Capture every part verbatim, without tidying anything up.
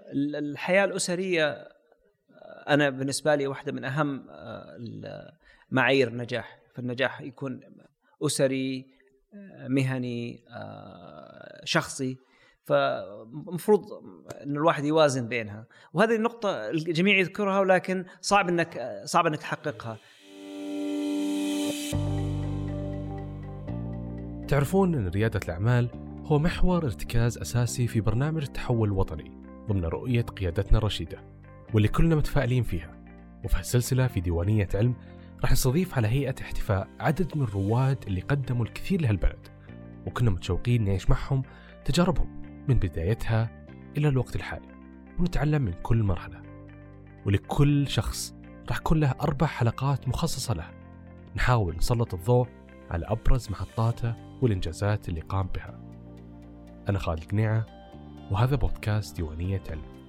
الحياة الأسرية أنا بالنسبة لي واحدة من أهم معايير النجاح. فالنجاح يكون أسري، مهني، شخصي، فمفروض أن الواحد يوازن بينها. وهذه النقطة الجميع يذكرها، ولكن صعب أنك صعب أنك تحققها. تعرفون أن ريادة الأعمال هو محور ارتكاز أساسي في برنامج التحول الوطني ضمن رؤية قيادتنا الرشيدة، واللي كلنا متفائلين فيها. وفي هالسلسلة في ديوانية علم راح نستضيف على هيئة احتفاء عدد من الرواد اللي قدموا الكثير لهالبلد، وكنا متشوقين نعيش معهم تجاربهم من بدايتها إلى الوقت الحالي، ونتعلم من كل مرحلة. ولكل شخص راح يكون له أربع حلقات مخصصة له، نحاول نسلط الضوء على أبرز محطاته والإنجازات اللي قام بها. أنا خالد قنيعة، وهذا بودكاست ديوانية علم.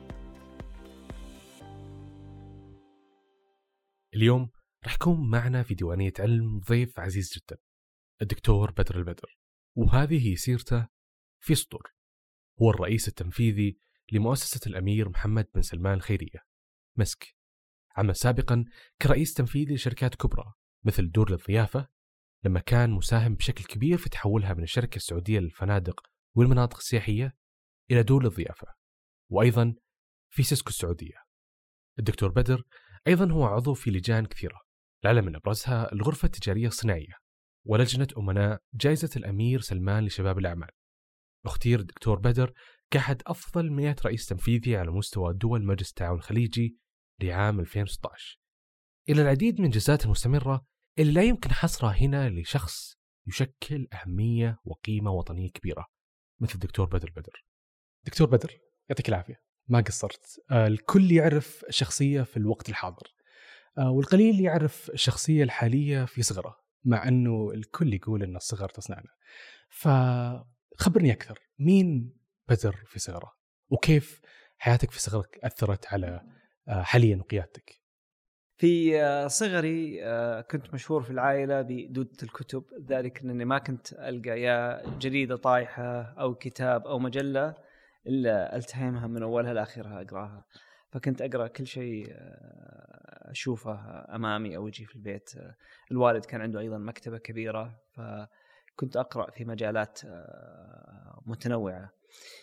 اليوم راح يكون معنا في ديوانية علم ضيف عزيز جدا، الدكتور بدر البدر، وهذه هي سيرته في سطور. هو الرئيس التنفيذي لمؤسسة الأمير محمد بن سلمان الخيرية مسك. عمل سابقا كرئيس تنفيذي لشركات كبرى مثل دور للضيافة، لما كان مساهم بشكل كبير في تحولها من الشركة السعودية للفنادق والمناطق السياحية إلى دور للضيافة، وأيضا في سيسكو السعودية. الدكتور بدر أيضا هو عضو في لجان كثيرة، لعل من أبرزها الغرفة التجارية الصناعية ولجنة أمناء جائزة الأمير سلمان لشباب الأعمال. اختير الدكتور بدر كأحد أفضل مئة رئيس تنفيذي على مستوى دول مجلس التعاون الخليجي لعام ألفين وستة عشر، إلى العديد من الإنجازات المستمرة اللي لا يمكن حصرها هنا لشخص يشكل أهمية وقيمة وطنية كبيرة مثل الدكتور بدر البدر. دكتور بدر يعطيك العافية، ما قصرت. آه الكل يعرف الشخصية في الوقت الحاضر، آه والقليل يعرف الشخصية الحالية في صغره، مع أنه الكل يقول أن الصغر تصنعنا. فخبرني أكثر، مين بدر في صغره؟ وكيف حياتك في صغرك أثرت على آه حاليا وقيادتك؟ في صغري كنت مشهور في العائلة بدودة الكتب، ذلك أنني ما كنت ألقى يا جريدة طايحة أو كتاب أو مجلة إلا ألتهمها من أولها لآخرها أقرأها. فكنت أقرأ كل شيء أشوفه أمامي أو يجي في البيت. الوالد كان عنده أيضا مكتبة كبيرة، فكنت أقرأ في مجالات متنوعة،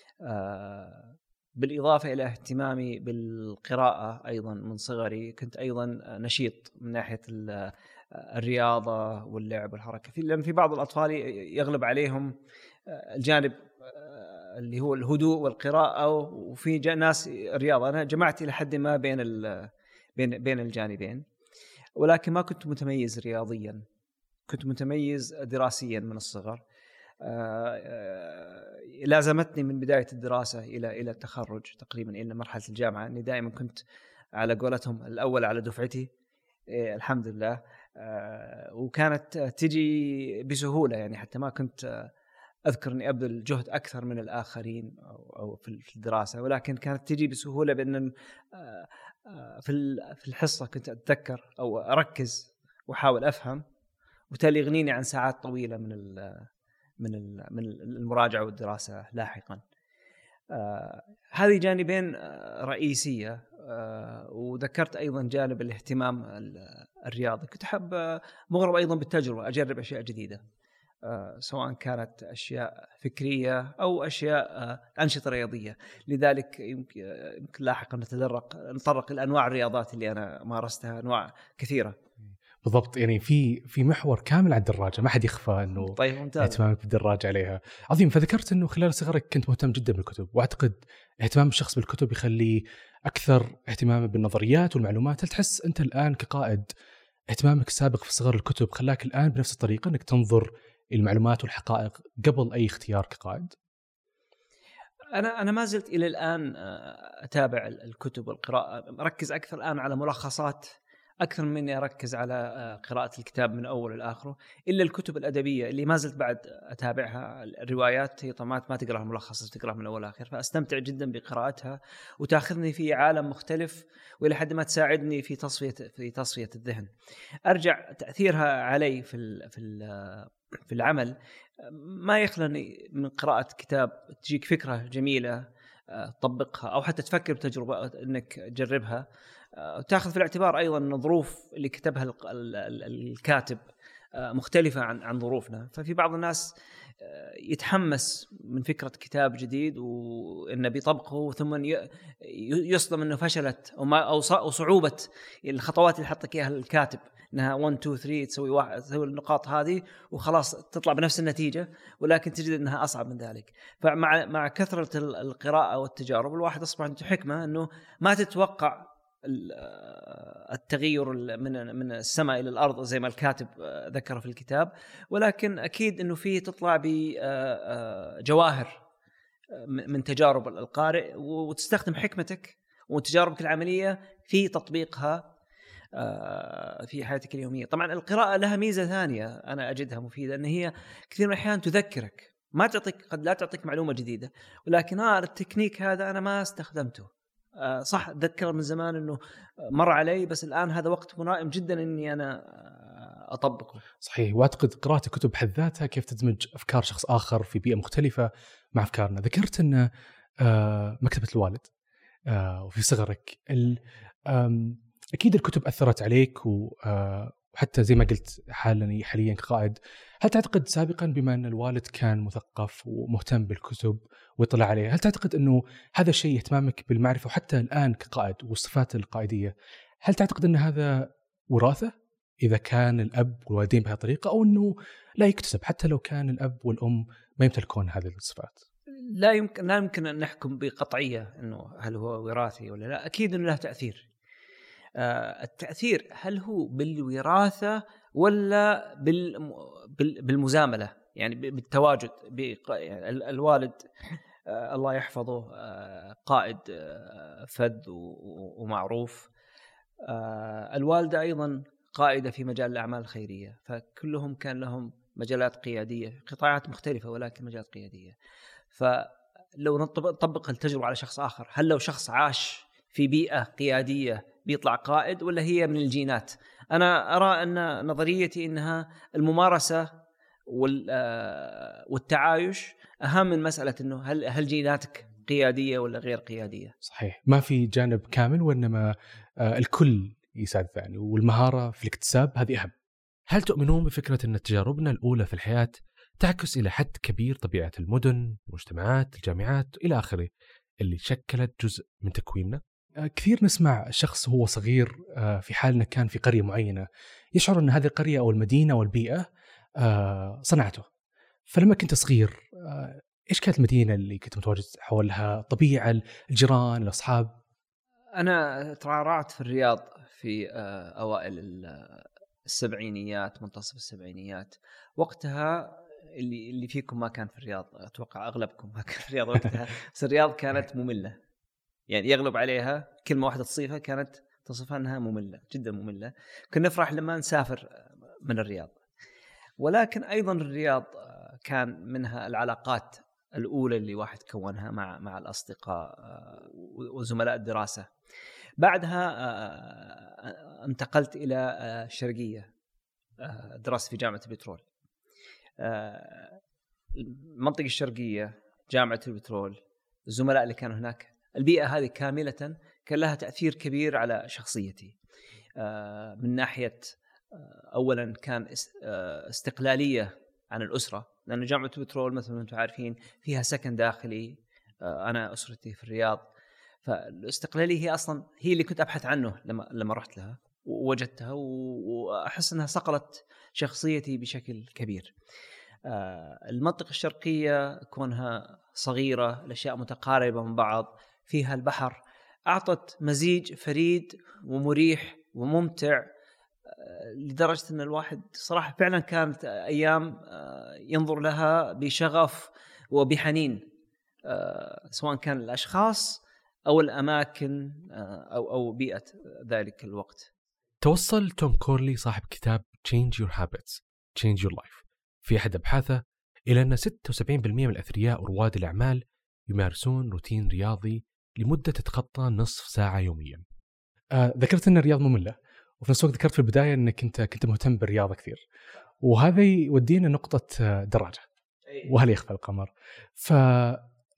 بالإضافة إلى اهتمامي بالقراءة أيضا من صغري. كنت أيضا نشيط من ناحية الرياضة واللعب والحركة، في لأن في بعض الأطفال يغلب عليهم الجانب اللي هو الهدوء والقراءة، وفي ناس الرياضة. أنا جمعت إلى حد ما بين بين بين الجانبين، ولكن ما كنت متميز رياضيا، كنت متميز دراسيا من الصغر. لازمتني من بداية الدراسة إلى إلى التخرج تقريبا إلى مرحلة الجامعة أني دائما كنت على قولتهم الأول على دفعتي، الحمد لله. وكانت تجي بسهولة، يعني حتى ما كنت أذكر أني أبذل جهد أكثر من الآخرين أو في الدراسة، ولكن كانت تجي بسهولة بأن في الحصة كنت أتذكر أو أركز وأحاول أفهم، وبالتالي يغنيني عن ساعات طويلة من من من المراجعة والدراسة لاحقا. آه هذه جانبين آه رئيسية. آه وذكرت أيضا جانب الاهتمام الرياضي، كنت أحب آه مغرب أيضا بالتجربة، أجرب أشياء جديدة، آه سواء كانت أشياء فكرية أو أشياء آه أنشطة رياضية. لذلك يمكن, يمكن لاحقا نتدرق نطرق الأنواع الرياضات اللي أنا مارستها، أنواع كثيرة. بالضبط، يعني في في محور كامل على الدراجة، ما حد يخفى أنه طيب اهتمامك بالدراجة عليها عظيم. فذكرت أنه خلال صغرك كنت مهتم جدا بالكتب، وأعتقد اهتمام الشخص بالكتب يخليه أكثر اهتماما بالنظريات والمعلومات. هل تحس أنت الآن كقائد اهتمامك السابق في صغر الكتب خلاك الآن بنفس الطريقة أنك تنظر المعلومات والحقائق قبل أي اختيار كقائد؟ أنا أنا ما زلت إلى الآن أتابع الكتب والقراءة، مركز أكثر الآن على ملخصات أكثر من إني أركز على قراءة الكتاب من أول لآخره. إلا الكتب الأدبية اللي ما زلت بعد أتابعها، الروايات هي طبعا ما تقرأها ملخص، تقرأها من أول لآخر، فأستمتع جدا بقراءتها وتأخذني في عالم مختلف، وإلى حد ما تساعدني في تصفية في تصفية الذهن. أرجع تأثيرها علي في ال في ال في العمل ما يخلني من قراءة كتاب تجيك فكرة جميلة تطبقها أو حتى تفكر بتجربة إنك تجربها، وتأخذ في الاعتبار أيضا أن الظروف اللي كتبها الكاتب مختلفة عن عن ظروفنا. ففي بعض الناس يتحمس من فكرة كتاب جديد وإنه بيطبقه ثم يصدم إنه فشلت أو ما أو صعوبة الخطوات اللي حطك إياها الكاتب، إنها واحد اثنين ثلاثة تسوي واحد تسوي النقاط هذه وخلاص تطلع بنفس النتيجة، ولكن تجد إنها أصعب من ذلك. فمع مع كثرة القراءة والتجارب الواحد أصبح عنده حكمة إنه ما تتوقع التغير من من السماء إلى الأرض زي ما الكاتب ذكر في الكتاب، ولكن أكيد إنه فيه تطلع بجواهر من تجارب القارئ وتستخدم حكمتك وتجاربك العملية في تطبيقها في حياتك اليومية. طبعا القراءة لها ميزة ثانية أنا أجدها مفيدة، أن هي كثير من الأحيان تذكرك، ما تعطيك قد لا تعطيك معلومة جديدة، ولكن آه التكنيك هذا أنا ما استخدمته، صح أتذكر من زمان أنه مر علي بس الآن هذا وقت ملائم جدا أني أنا أطبقه. صحيح. وأعتقد قراءة الكتب بحد ذاتها كيف تدمج أفكار شخص آخر في بيئة مختلفة مع أفكارنا. ذكرت أن مكتبة الوالد وفي صغرك أكيد الكتب أثرت عليك، وحتى زي ما قلت حاليا حاليا كقائد، هل تعتقد سابقا بما أن الوالد كان مثقف ومهتم بالكتب ويطلع عليها، هل تعتقد أنه هذا الشيء اهتمامك بالمعرفة وحتى الآن كقائد والصفات القائدية، هل تعتقد أن هذا وراثة إذا كان الأب والوالدين بهذه الطريقة، أو أنه لا يكتسب حتى لو كان الأب والأم ما يمتلكون هذه الصفات؟ لا يمكن لا يمكن أن نحكم بقطعية أنه هل هو وراثي ولا لا. أكيد أنه له تأثير. آه التأثير هل هو بالوراثة ولا بالمزاملة، يعني بالتواجد. يعني الوالد آه الله يحفظه آه قائد آه فذ ومعروف، آه الوالدة أيضا قائدة في مجال الأعمال الخيرية، فكلهم كان لهم مجالات قيادية، قطاعات مختلفة ولكن مجالات قيادية. فلو نطبق التجربة على شخص آخر، هل لو شخص عاش في بيئة قيادية بيطلع قائد ولا هي من الجينات؟ أنا أرى أن نظريتي أنها الممارسة والتعايش أهم من مسألة أنه هل هل جيناتك قيادية ولا غير قيادية. صحيح، ما في جانب كامل، وإنما الكل يساعد الثاني، والمهارة في الاكتساب هذه أهم. هل تؤمنون بفكرة أن تجاربنا الأولى في الحياة تعكس إلى حد كبير طبيعة المدن، المجتمعات، الجامعات إلى آخره اللي شكلت جزء من تكويننا؟ كثير نسمع شخص هو صغير في حالنا كان في قرية معينة يشعر أن هذه القرية أو المدينة أو البيئة صنعته. فلما كنت صغير إيش كانت المدينة اللي كنت متواجد حولها؟ طبيعة، الجيران، الأصحاب؟ أنا ترعرعت في الرياض في أوائل السبعينيات، منتصف السبعينيات. وقتها اللي اللي فيكم ما كان في الرياض، أتوقع أغلبكم ما كان في الرياض وقتها، بس الرياض كانت مملة، يعني يغلب عليها كلمة واحدة تصيفها كانت تصفها أنها مملة، جدا مملة. كنا نفرح لما نسافر من الرياض، ولكن أيضا الرياض كان منها العلاقات الأولى اللي واحد كونها مع مع الأصدقاء وزملاء الدراسة. بعدها انتقلت إلى الشرقية، درست في جامعة البترول. المنطقة الشرقية، جامعة البترول، الزملاء اللي كانوا هناك، البيئة هذه كاملة كان لها تأثير كبير على شخصيتي. من ناحية أولا كان استقلالية عن الأسرة، لأن جامعة البترول مثل ما أنتم عارفين فيها سكن داخلي، أنا أسرتي في الرياض، فالاستقلالية هي أصلا هي اللي كنت أبحث عنه لما لما رحت لها ووجدتها، وأحس أنها صقلت شخصيتي بشكل كبير. المنطقة الشرقية كونها صغيرة، الأشياء متقاربة من بعض، فيها البحر، أعطت مزيج فريد ومريح وممتع، لدرجة أن الواحد صراحة فعلا كانت أيام ينظر لها بشغف وبحنين، سواء كان الأشخاص أو الأماكن أو أو بيئة ذلك الوقت. توصل توم كورلي صاحب كتاب Change Your Habits Change Your Life في أحد أبحاثه إلى أن ستة وسبعين بالمئة من الأثرياء ورواد الأعمال يمارسون روتين رياضي لمدة تتخطى نصف ساعة يوميا. آه، ذكرت أن الرياض مملة، وفي نفس الوقت ذكرت في البداية أنك كنت كنت مهتم بالرياضة كثير، وهذا يودينا نقطة دراجة، وهل يخفى القمر. ف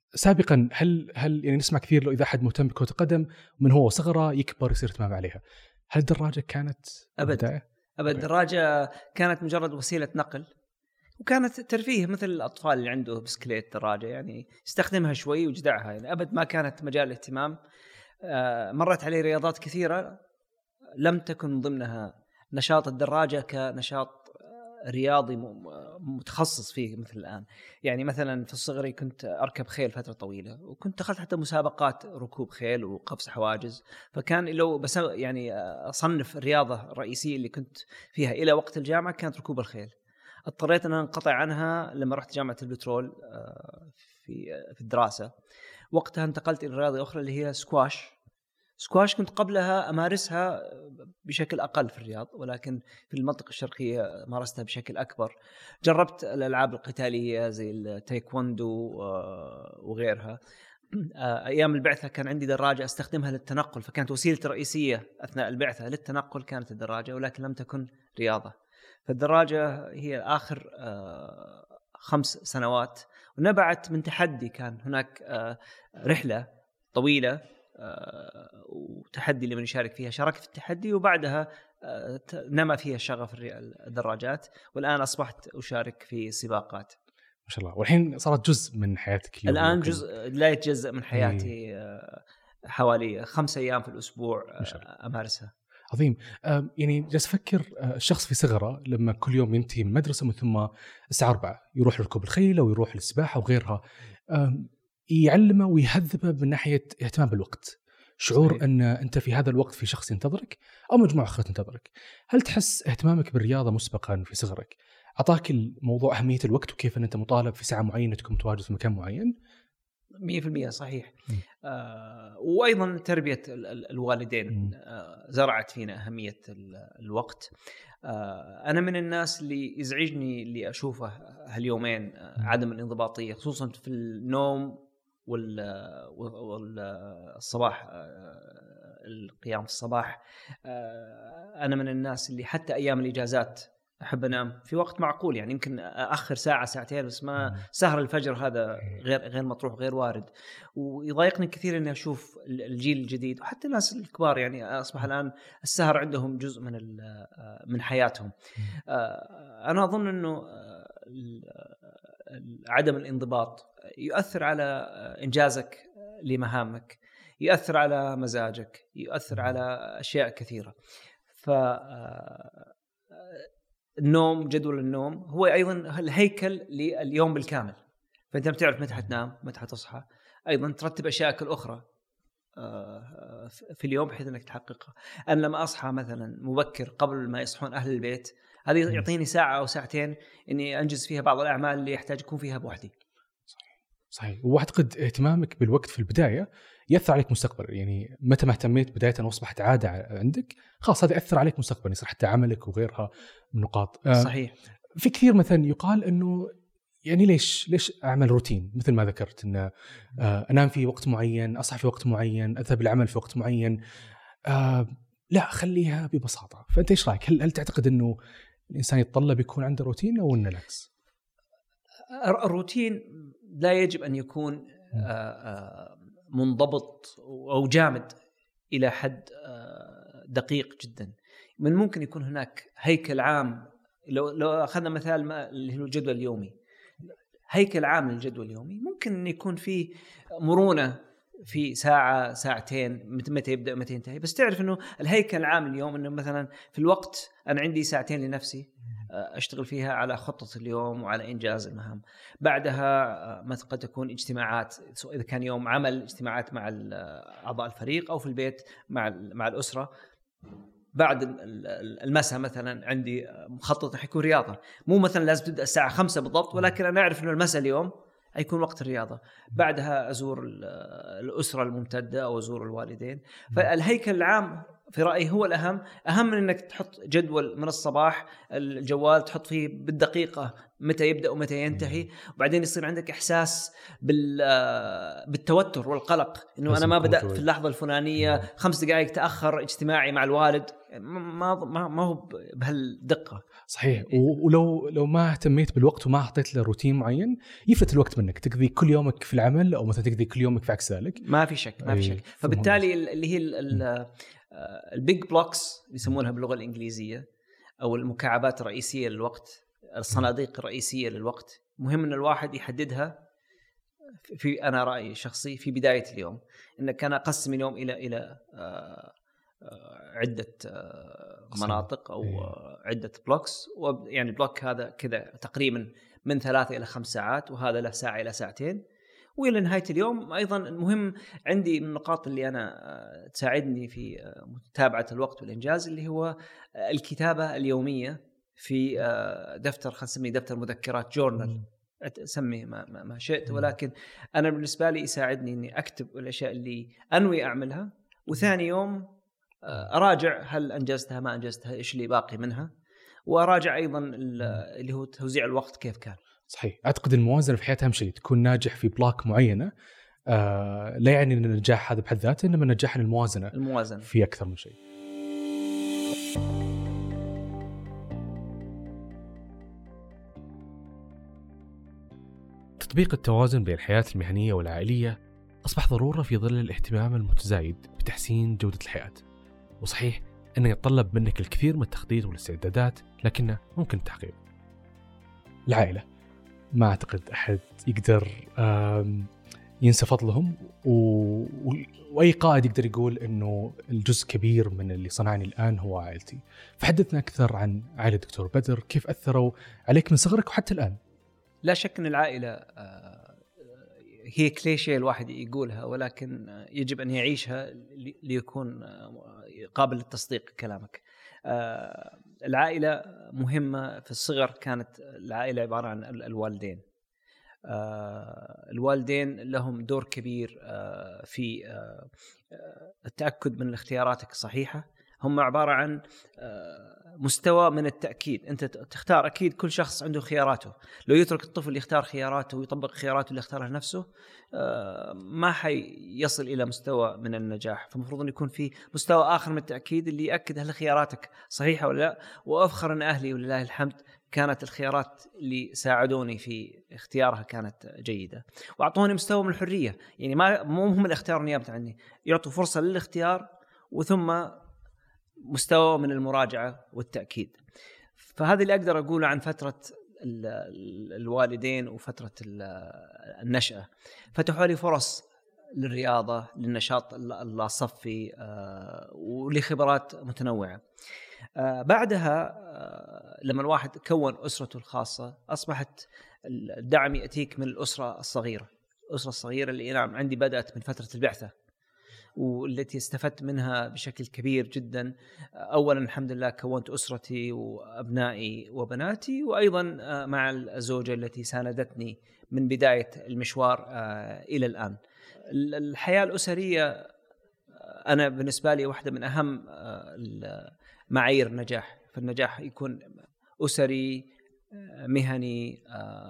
سابقا هل هل يعني نسمع كثير لو اذا احد مهتم بكرة القدم من هو صغره يكبر يصير اهتمام عليها، هل الدراجه كانت ابد ابد الدراجه كانت مجرد وسيله نقل، وكانت ترفيه مثل الاطفال اللي عنده بسكليت دراجه، يعني يستخدمها شوي ويجدعها، يعني ابد ما كانت مجال اهتمام. مرت علي رياضات كثيره لم تكن ضمنها نشاط الدراجه كنشاط رياضي متخصص فيه مثل الآن. يعني مثلا في الصغر كنت أركب خيل فترة طويلة، وكنت دخلت حتى مسابقات ركوب خيل وقفز حواجز، فكان لو بس يعني أصنف الرياضة الرئيسية اللي كنت فيها إلى وقت الجامعة كانت ركوب الخيل. اضطريت أن أنقطع عنها لما رحت جامعة البترول في في الدراسة. وقتها انتقلت إلى رياضة أخرى اللي هي سكواش. سكواش كنت قبلها أمارسها بشكل أقل في الرياض، ولكن في المنطقة الشرقية مارستها بشكل أكبر. جربت الألعاب القتالية زي التايكوندو وغيرها. أيام البعثة كان عندي دراجة أستخدمها للتنقل، فكانت وسيلة رئيسية أثناء البعثة للتنقل كانت الدراجة، ولكن لم تكن رياضة. فالدراجة هي آخر خمس سنوات ونبعت من تحدي. كان هناك رحلة طويلة وتحدي لمن يشارك فيها، شاركت في التحدي وبعدها نما فيها شغف الدراجات، والآن أصبحت أشارك في سباقات. ما شاء الله. والحين صارت جزء من حياتك الآن جزء لا يتجزأ من حياتي. حوالي خمس أيام في الأسبوع أمارسها. عظيم. يعني جالس أفكر الشخص في صغره لما كل يوم ينتهي من المدرسة من ثم الساعة أربعة يروح لركوب الخيل أو يروح للسباحة وغيرها، يعلمه ويهذبه من ناحية اهتمام بالوقت، شعور صحيح. أن أنت في هذا الوقت في شخص ينتظرك أو مجموعة أخرى تنتظرك. هل تحس اهتمامك بالرياضة مسبقا في صغرك أعطاك الموضوع أهمية الوقت وكيف أن أنت مطالب في ساعة معينة تكون متواجد في مكان معين؟ مية في المية صحيح. آه وأيضا تربية الوالدين آه زرعت فينا أهمية الوقت. آه أنا من الناس اللي يزعجني اللي أشوفه هاليومين آه عدم الانضباطية، خصوصا في النوم والصباح، القيام في الصباح. أنا من الناس اللي حتى أيام الإجازات أحب أنام في وقت معقول، يعني يمكن أأخر ساعة ساعتين، بس ما سهر الفجر هذا غير غير مطروح غير وارد. ويضايقني كثير إني أشوف الجيل الجديد وحتى الناس الكبار يعني أصبح الآن السهر عندهم جزء من من حياتهم. أنا أظن إنه عدم الانضباط يؤثر على إنجازك لمهامك، يؤثر على مزاجك، يؤثر على أشياء كثيرة. فالنوم، جدول النوم هو أيضا الهيكل لليوم بالكامل، فأنت بتعرف متى حتنام متى تصحى، أيضا ترتب أشياءك الأخرى في اليوم بحيث أنك تحققها. أنا لما أصحى مثلا مبكر قبل ما يصحون أهل البيت، هذه يعطيني ساعة أو ساعتين إني أنجز فيها بعض الأعمال اللي يحتاج يكون فيها بوحدي. صحيح صحيح. وأعتقد اهتمامك بالوقت في البداية يأثر عليك مستقبلا، يعني متى ما اهتميت بداية وأصبحت عادة عندك خلاص هذا يأثر عليك مستقبلا، يصير حتى عملك وغيرها من نقاط. صحيح. في كثير مثلا يقال إنه يعني ليش ليش أعمل روتين مثل ما ذكرت، إن أنام في وقت معين، أصحى في وقت معين، أذهب العمل في وقت معين. آه لا خليها ببساطة. فأنت إيش رأيك؟ هل هل تعتقد إنه الإنسان يتطلب يكون عنده روتين أو إنه العكس؟ الروتين لا يجب أن يكون منضبط أو جامد إلى حد دقيق جدا. من ممكن يكون هناك هيكل عام. لو لو أخذنا مثال اللي هو الجدول اليومي، هيكل عام للجدول اليومي ممكن أن يكون فيه مرونة في ساعة ساعتين متى يبدأ متى ينتهي، بس تعرف إنه الهيكل العام اليوم إنه مثلا في الوقت أنا عندي ساعتين لنفسي أشتغل فيها على خطة اليوم وعلى إنجاز المهام. بعدها مثلا قد تكون اجتماعات، إذا كان يوم عمل اجتماعات مع أعضاء الفريق، أو في البيت مع مع الأسرة. بعد المساء مثلا عندي مخطط حيكون رياضة، مو مثلا لازم تبدأ الساعة خمسة بالضبط، ولكن أنا أعرف إنه المساء اليوم هيكون وقت الرياضة. بعدها أزور الأسرة الممتدة أو أزور الوالدين. فالهيكل العام في رأيي هو الأهم. أهم من أنك تحط جدول من الصباح الجوال تحط فيه بالدقيقة متى يبدأ ومتى ينتهي، وبعدين يصير عندك إحساس بالتوتر والقلق إنه أنا ما بدأت في اللحظة الفلانية، خمس دقائق تأخر اجتماعي مع الوالد، ما ما ما هو بهالدقة. صحيح. ولو لو ما اهتميت بالوقت وما حطيت له روتين معين يفلت الوقت منك، تقضي كل يومك في العمل أو مثلا تقضي كل يومك في عكس ذلك. ما في شك ما في شك. فبالتالي اللي هي البيج بلوكس يسمونها باللغة الإنجليزية أو المكعبات الرئيسية للوقت، الصناديق الرئيسية للوقت، مهم أن الواحد يحددها. في أنا رأيي شخصي في بداية اليوم إنك أنا أقسم اليوم إلى إلى عدة مناطق أو عدة بلوكس، ويعني بلوك هذا كذا تقريبا من ثلاثة إلى خمس ساعات، وهذا له ساعة إلى ساعتين، وإلى نهاية اليوم. أيضا المهم عندي من النقاط اللي أنا تساعدني في متابعة الوقت والإنجاز اللي هو الكتابة اليومية في دفتر، خلينا نسميه دفتر مذكرات، جورنال، سميه ما, ما, ما شئت، ولكن أنا بالنسبة لي يساعدني إني أكتب الأشياء اللي أنوي أعملها، وثاني يوم أراجع هل أنجزتها ما أنجزتها، إيش اللي باقي منها، وأراجع أيضا اللي هو توزيع الوقت كيف كان. صحيح. أعتقد الموازنة في حياتها أهم شيء، تكون ناجح في بلاك معينة آه لا يعني أن النجاح هذا بحد ذاته، إنما نجاح الموازنة الموازنة في أكثر من شيء. تطبيق التوازن بين الحياة المهنية والعائلية أصبح ضرورة في ظل الاهتمام المتزايد بتحسين جودة الحياة. وصحيح أنه يتطلب منك الكثير من التخطيط والاستعدادات، لكنه ممكن التحقيق. العائلة ما أعتقد أحد يقدر ينسى فضلهم، و... وأي قائد يقدر يقول أنه الجزء كبير من اللي صنعني الآن هو عائلتي. فحدثنا أكثر عن عائلة دكتور بدر، كيف أثروا عليك من صغرك وحتى الآن؟ لا شك أن العائلة هي كليشيه الواحد يقولها، ولكن يجب أن يعيشها ليكون قابل للتصديق كلامك. العائلة مهمة. في الصغر كانت العائلة عبارة عن الوالدين. الوالدين لهم دور كبير في التأكد من اختياراتك الصحيحة. هم عبارة عن مستوى من التأكيد. أنت تختار، أكيد كل شخص عنده خياراته، لو يترك الطفل يختار خياراته ويطبق خياراته اللي اختارها نفسه ما حيصل إلى مستوى من النجاح. فمفروض أن يكون في مستوى آخر من التأكيد اللي يأكد هل خياراتك صحيحة ولا لا. وأفخر أن أهلي ولله الحمد كانت الخيارات اللي ساعدوني في اختيارها كانت جيدة، وأعطوني مستوى من الحرية. يعني ما مو هم الاختيار نيابة عني، يعطوا فرصة للاختيار وثم مستوى من المراجعة والتأكيد. فهذا اللي أقدر أقوله عن فترة الوالدين وفترة النشأة. فتحوا لي فرص للرياضة، للنشاط الصفي، ولخبرات متنوعة. بعدها لما الواحد كون أسرته الخاصة أصبحت الدعم يأتيك من الأسرة الصغيرة. الأسرة الصغيرة اللي أنا عندي بدأت من فترة البعثة، والتي استفدت منها بشكل كبير جدا. أولا الحمد لله كونت أسرتي وأبنائي وبناتي، وأيضا مع الزوجة التي ساندتني من بداية المشوار إلى الآن. الحياة الأسرية أنا بالنسبة لي واحدة من أهم معايير النجاح. فالنجاح يكون أسري، مهني،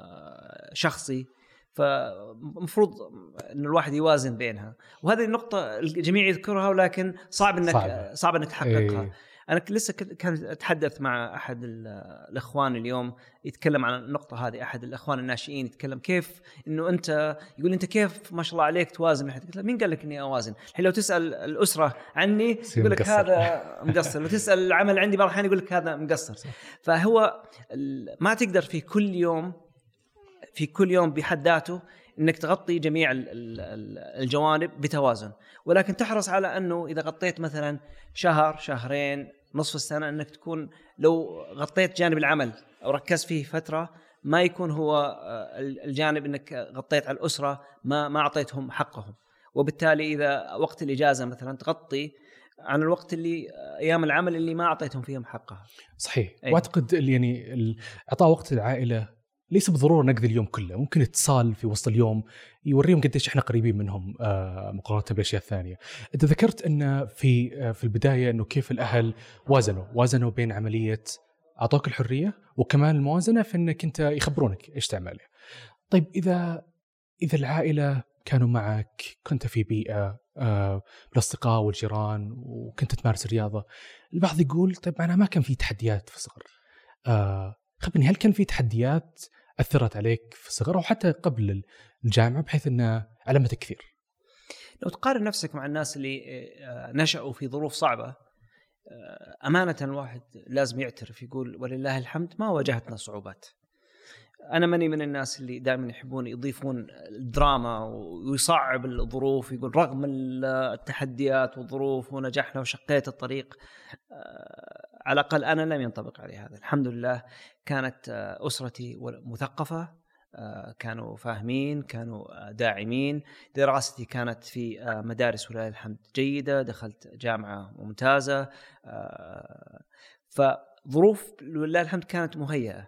شخصي. فمفروض أن الواحد يوازن بينها، وهذه النقطة الجميع يذكرها ولكن صعب أنك صعب, صعب أنك تحققها. إيه. أنا لسه كان أتحدث مع أحد الأخوان اليوم يتكلم عن النقطة هذه. أحد الأخوان الناشئين يتكلم كيف إنه أنت، يقول أنت كيف ما شاء الله عليك توازن. قلت له مين قال لك إني أوازن؟ الحين لو تسأل الأسرة عني يقول لك هذا مقصر، لو تسأل العمل عندي بعض الأحيان يقول لك هذا مقصر. فهو ما تقدر في كل يوم في كل يوم بحد ذاته إنك تغطي جميع الجوانب بتوازن، ولكن تحرص على أنه إذا غطيت مثلا شهر شهرين نصف السنة أنك تكون لو غطيت جانب العمل أو ركزت فيه فترة ما يكون هو الجانب أنك غطيت على الأسرة ما ما أعطيتهم حقهم. وبالتالي إذا وقت الإجازة مثلا تغطي عن الوقت اللي أيام العمل اللي ما أعطيتهم فيهم حقها. صحيح. أيه. وأعتقد يعني إعطاء وقت العائلة ليس بالضروره نقضي اليوم كله، ممكن اتصال في وسط اليوم يوريهم قديش احنا قريبين منهم آه مقارنه بالاشياء الثانيه. انت ذكرت ان في آه في البدايه انه كيف الاهل وازنوا وازنوا بين عمليه اعطوك الحريه وكمان الموازنه في انك انت يخبرونك ايش تعمل. طيب اذا اذا العائله كانوا معك، كنت في بيئه آه بالاصدقاء والجيران وكنت تمارس الرياضه، البعض يقول طيب معناها ما كان في تحديات في الصغر. آه خبرني، هل كان في تحديات أثرت عليك في الصغر أو حتى قبل الجامعة بحيث أنها علمتك كثير؟ لو تقارن نفسك مع الناس اللي نشأوا في ظروف صعبة، أمانة الواحد لازم يعترف يقول ولله الحمد ما واجهتنا صعوبات. أنا ماني من الناس اللي دائما يحبون يضيفون الدراما ويصعب الظروف، يقول رغم التحديات والظروف ونجحنا وشقيت الطريق. على الأقل أنا لم ينطبق علي هذا، الحمد لله. كانت أسرتي مثقفة، كانوا فاهمين، كانوا داعمين. دراستي كانت في مدارس ولله الحمد جيدة، دخلت جامعة ممتازة، فظروف ولله الحمد كانت مهيئة.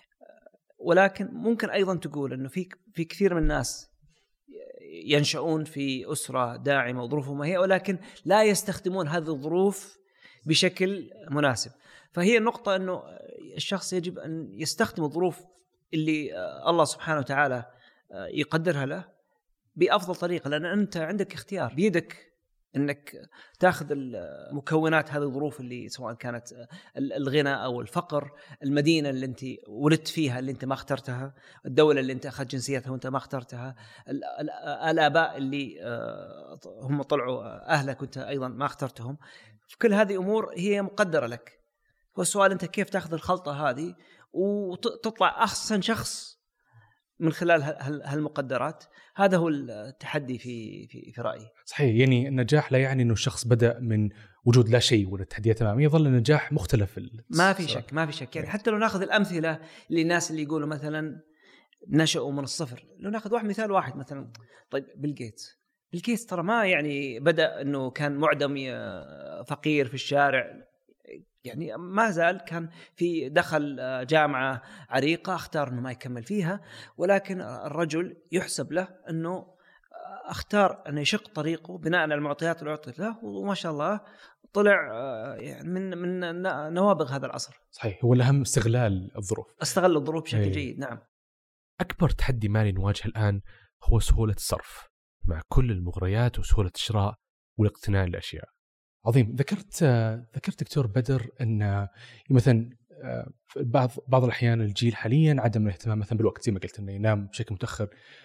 ولكن ممكن أيضا تقول أنه في في كثير من الناس ينشؤون في أسرة داعمة وظروفهم مهيئة، ولكن لا يستخدمون هذه الظروف بشكل مناسب. فهي النقطة أنه الشخص يجب أن يستخدم الظروف اللي الله سبحانه وتعالى يقدرها له بأفضل طريقة، لأن أنت عندك اختيار بيدك أنك تأخذ المكونات هذه الظروف اللي سواء كانت الغنى أو الفقر، المدينة اللي أنت ولدت فيها اللي أنت ما اخترتها، الدولة اللي أنت أخذت جنسيتها وأنت ما اخترتها، الآباء اللي هم طلعوا أهلك وأنت أيضا ما اخترتهم. كل هذه أمور هي مقدرة لك. هو السؤال أنت كيف تأخذ الخلطة هذه وتطلع أحسن شخص من خلال هالمقدرات. هذا هو التحدي في في في رأيي. صحيح، يعني النجاح لا يعني إنه الشخص بدأ من وجود لا شيء ولا تحديات أمامية، يظل النجاح مختلف. ما في شك ما في شك يعني حتى لو ناخذ الأمثلة للناس اللي يقولوا مثلا نشأوا من الصفر، لو ناخذ واحد مثال واحد مثلا، طيب بيل جيتس بيل جيتس ترى ما يعني بدأ إنه كان معدم فقير في الشارع، يعني ما زال كان في دخل جامعة عريقة، اختار إنه ما يكمل فيها، ولكن الرجل يحسب له إنه اختار أن يشق طريقه بناء على المعطيات اللي أعطيت له، وما شاء الله طلع يعني من من نوابغ هذا العصر. صحيح، هو الأهم استغلال الظروف، استغل الظروف بشكل أيه. جيد. نعم. أكبر تحدي مالي نواجهه الآن هو سهولة الصرف مع كل المغريات وسهولة الشراء والاقتناء للأشياء. عظيم. ذكرت ذكرت دكتور بدر أن مثلا بعض بعض الأحيان الجيل حاليا عدم الاهتمام مثلا بالوقت، زي ما قلت إنه ينام بشكل متأخر.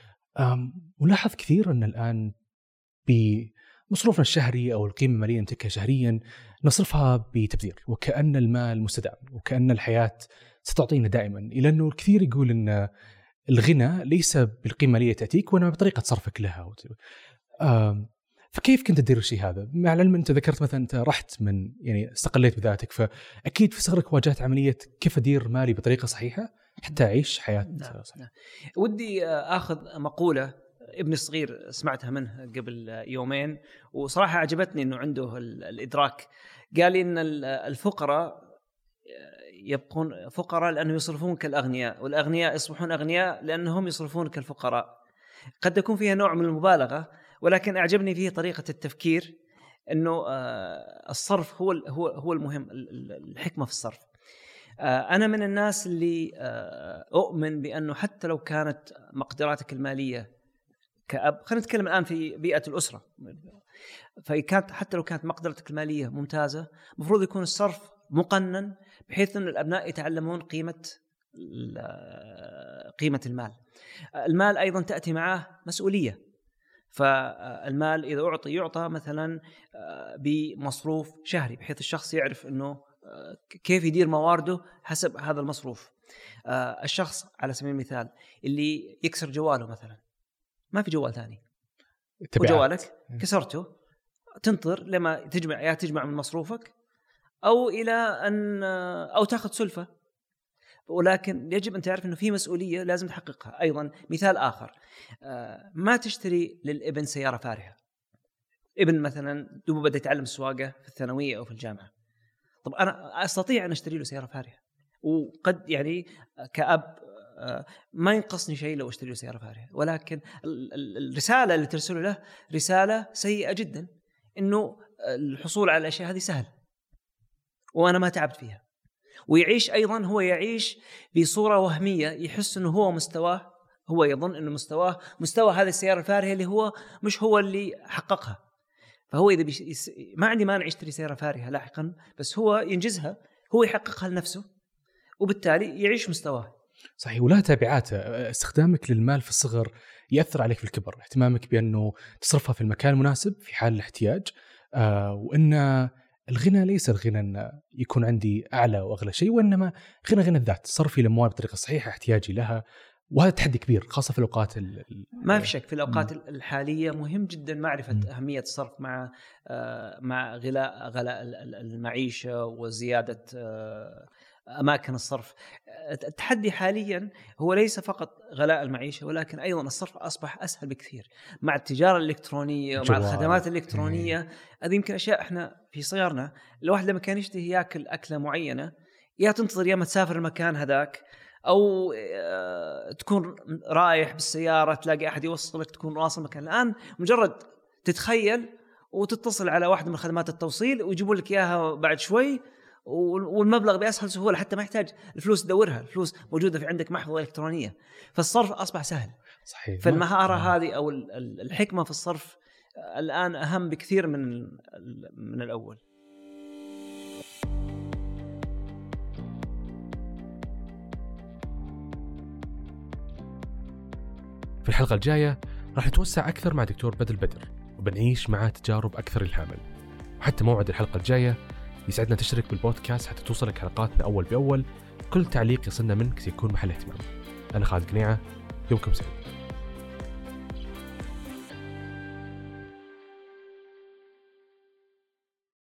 ملاحظ كثير أن الآن بمصروفنا الشهري أو القيمة المالية نمتلكها شهريا نصرفها بتبذير، وكأن المال مستدام وكأن الحياة ستعطينا دائما، إلى أنه الكثير يقول أن الغنى ليس بالقيمة المالية تأتيك وإنما بطريقة صرفك لها. فكيف كنت تدير الشيء هذا؟ مع العلم أنت ذكرت مثلا أنت رحت من يعني استقليت بذاتك، فأكيد في صغرك واجهت عملية كيف أدير مالي بطريقة صحيحة حتى أعيش حياة نعم. صحيحة. نعم. ودي أخذ مقولة ابن الصغير سمعتها منه قبل يومين وصراحة عجبتني إنه عنده الإدراك. قال إن الفقراء يبقون فقراء لأنهم يصرفون كالأغنياء، والأغنياء يصبحون أغنياء لأنهم يصرفون كالفقراء. قد يكون فيها نوع من المبالغة، ولكن أعجبني فيه طريقة التفكير إنه الصرف هو هو هو المهم، الحكمة في الصرف. أنا من الناس اللي أؤمن بأنه حتى لو كانت مقدراتك المالية كأب، خلينا نتكلم الآن في بيئة الأسرة، فكانت حتى لو كانت مقدرتك المالية ممتازة، مفروض يكون الصرف مقنن بحيث أن الأبناء يتعلمون قيمة قيمة المال. المال أيضا تأتي معه مسؤولية، فالمال إذا أعطي يعطى مثلا بمصروف شهري بحيث الشخص يعرف أنه كيف يدير موارده حسب هذا المصروف. الشخص على سبيل المثال اللي يكسر جواله مثلا، ما في جوال ثاني وجوالك كسرته، تنطر لما تجمع، يا تجمع من مصروفك أو إلى أن أو تأخذ سلفة، ولكن يجب أن تعرف أنه في مسؤولية لازم تحققها. أيضا مثال آخر، ما تشتري للابن سيارة فارهة. ابن مثلا دوب بدأ يتعلم السواقة في الثانوية أو في الجامعة، طب أنا أستطيع أن أشتري له سيارة فارهة، وقد يعني كأب ما ينقصني شيء لو اشتري له سيارة فارهة، ولكن الرسالة اللي ترسله له رسالة سيئة جدا، إنه الحصول على الأشياء هذه سهل وأنا ما تعبت فيها. ويعيش أيضا، هو يعيش بصورة وهمية، يحس إنه هو مستواه، هو يظن إنه مستواه مستوى هذه السيارة الفارهة اللي هو مش هو اللي حققها. فهو إذا بيش... ما عندي مانع يشتري سيارة فارهة لاحقا، بس هو ينجزها، هو يحققها لنفسه، وبالتالي يعيش مستواه. صحيح، ولها تبعات. استخدامك للمال في الصغر يأثر عليك في الكبر. اهتمامك بأنه تصرفها في المكان المناسب في حال الاحتياج، آه وأن الغنى ليس الغنى أن يكون عندي أعلى وأغلى شيء، وإنما غنى غنى الذات، صرفي الأموال بطريقة صحيحة، احتياجي لها. وهذا تحدي كبير خاصة في الأوقات ال... ما في شك في الأوقات م. الحالية مهم جدا معرفة م. أهمية الصرف مع آه مع غلاء غلاء المعيشة وزيادة آه أماكن الصرف. التحدي حاليا هو ليس فقط غلاء المعيشة، ولكن أيضا الصرف أصبح أسهل بكثير مع التجارة الإلكترونية ومع الخدمات الإلكترونية. هذه يمكن أشياء إحنا في صغرنا الواحد لما كان يشتهي يأكل أكلة معينة، يا تنتظر يا ما تسافر المكان هذاك، أو تكون رايح بالسيارة تلاقي أحد يوصلك تكون واصل مكان. الآن مجرد تتخيل وتتصل على واحدة من خدمات التوصيل ويجيبوا لك إياها بعد شوي، والمبلغ بأسهل سهولة، حتى ما يحتاج الفلوس تدورها، الفلوس موجودة في عندك محفظة إلكترونية. فالصرف أصبح سهل. صحيح. فالمهارة هذه أو الحكمة في الصرف الآن أهم بكثير من من الأول. في الحلقة الجاية راح نتوسع أكثر مع دكتور بدر البدر، وبنعيش معاه تجارب أكثر إلهاما. وحتى موعد الحلقة الجاية يسعدنا تشترك بالبودكاست حتى توصلك حلقاتنا أول بأول. كل تعليق يصلنا منك سيكون محل اهتمام. أنا خالد قنيعة، يومكم سعيد.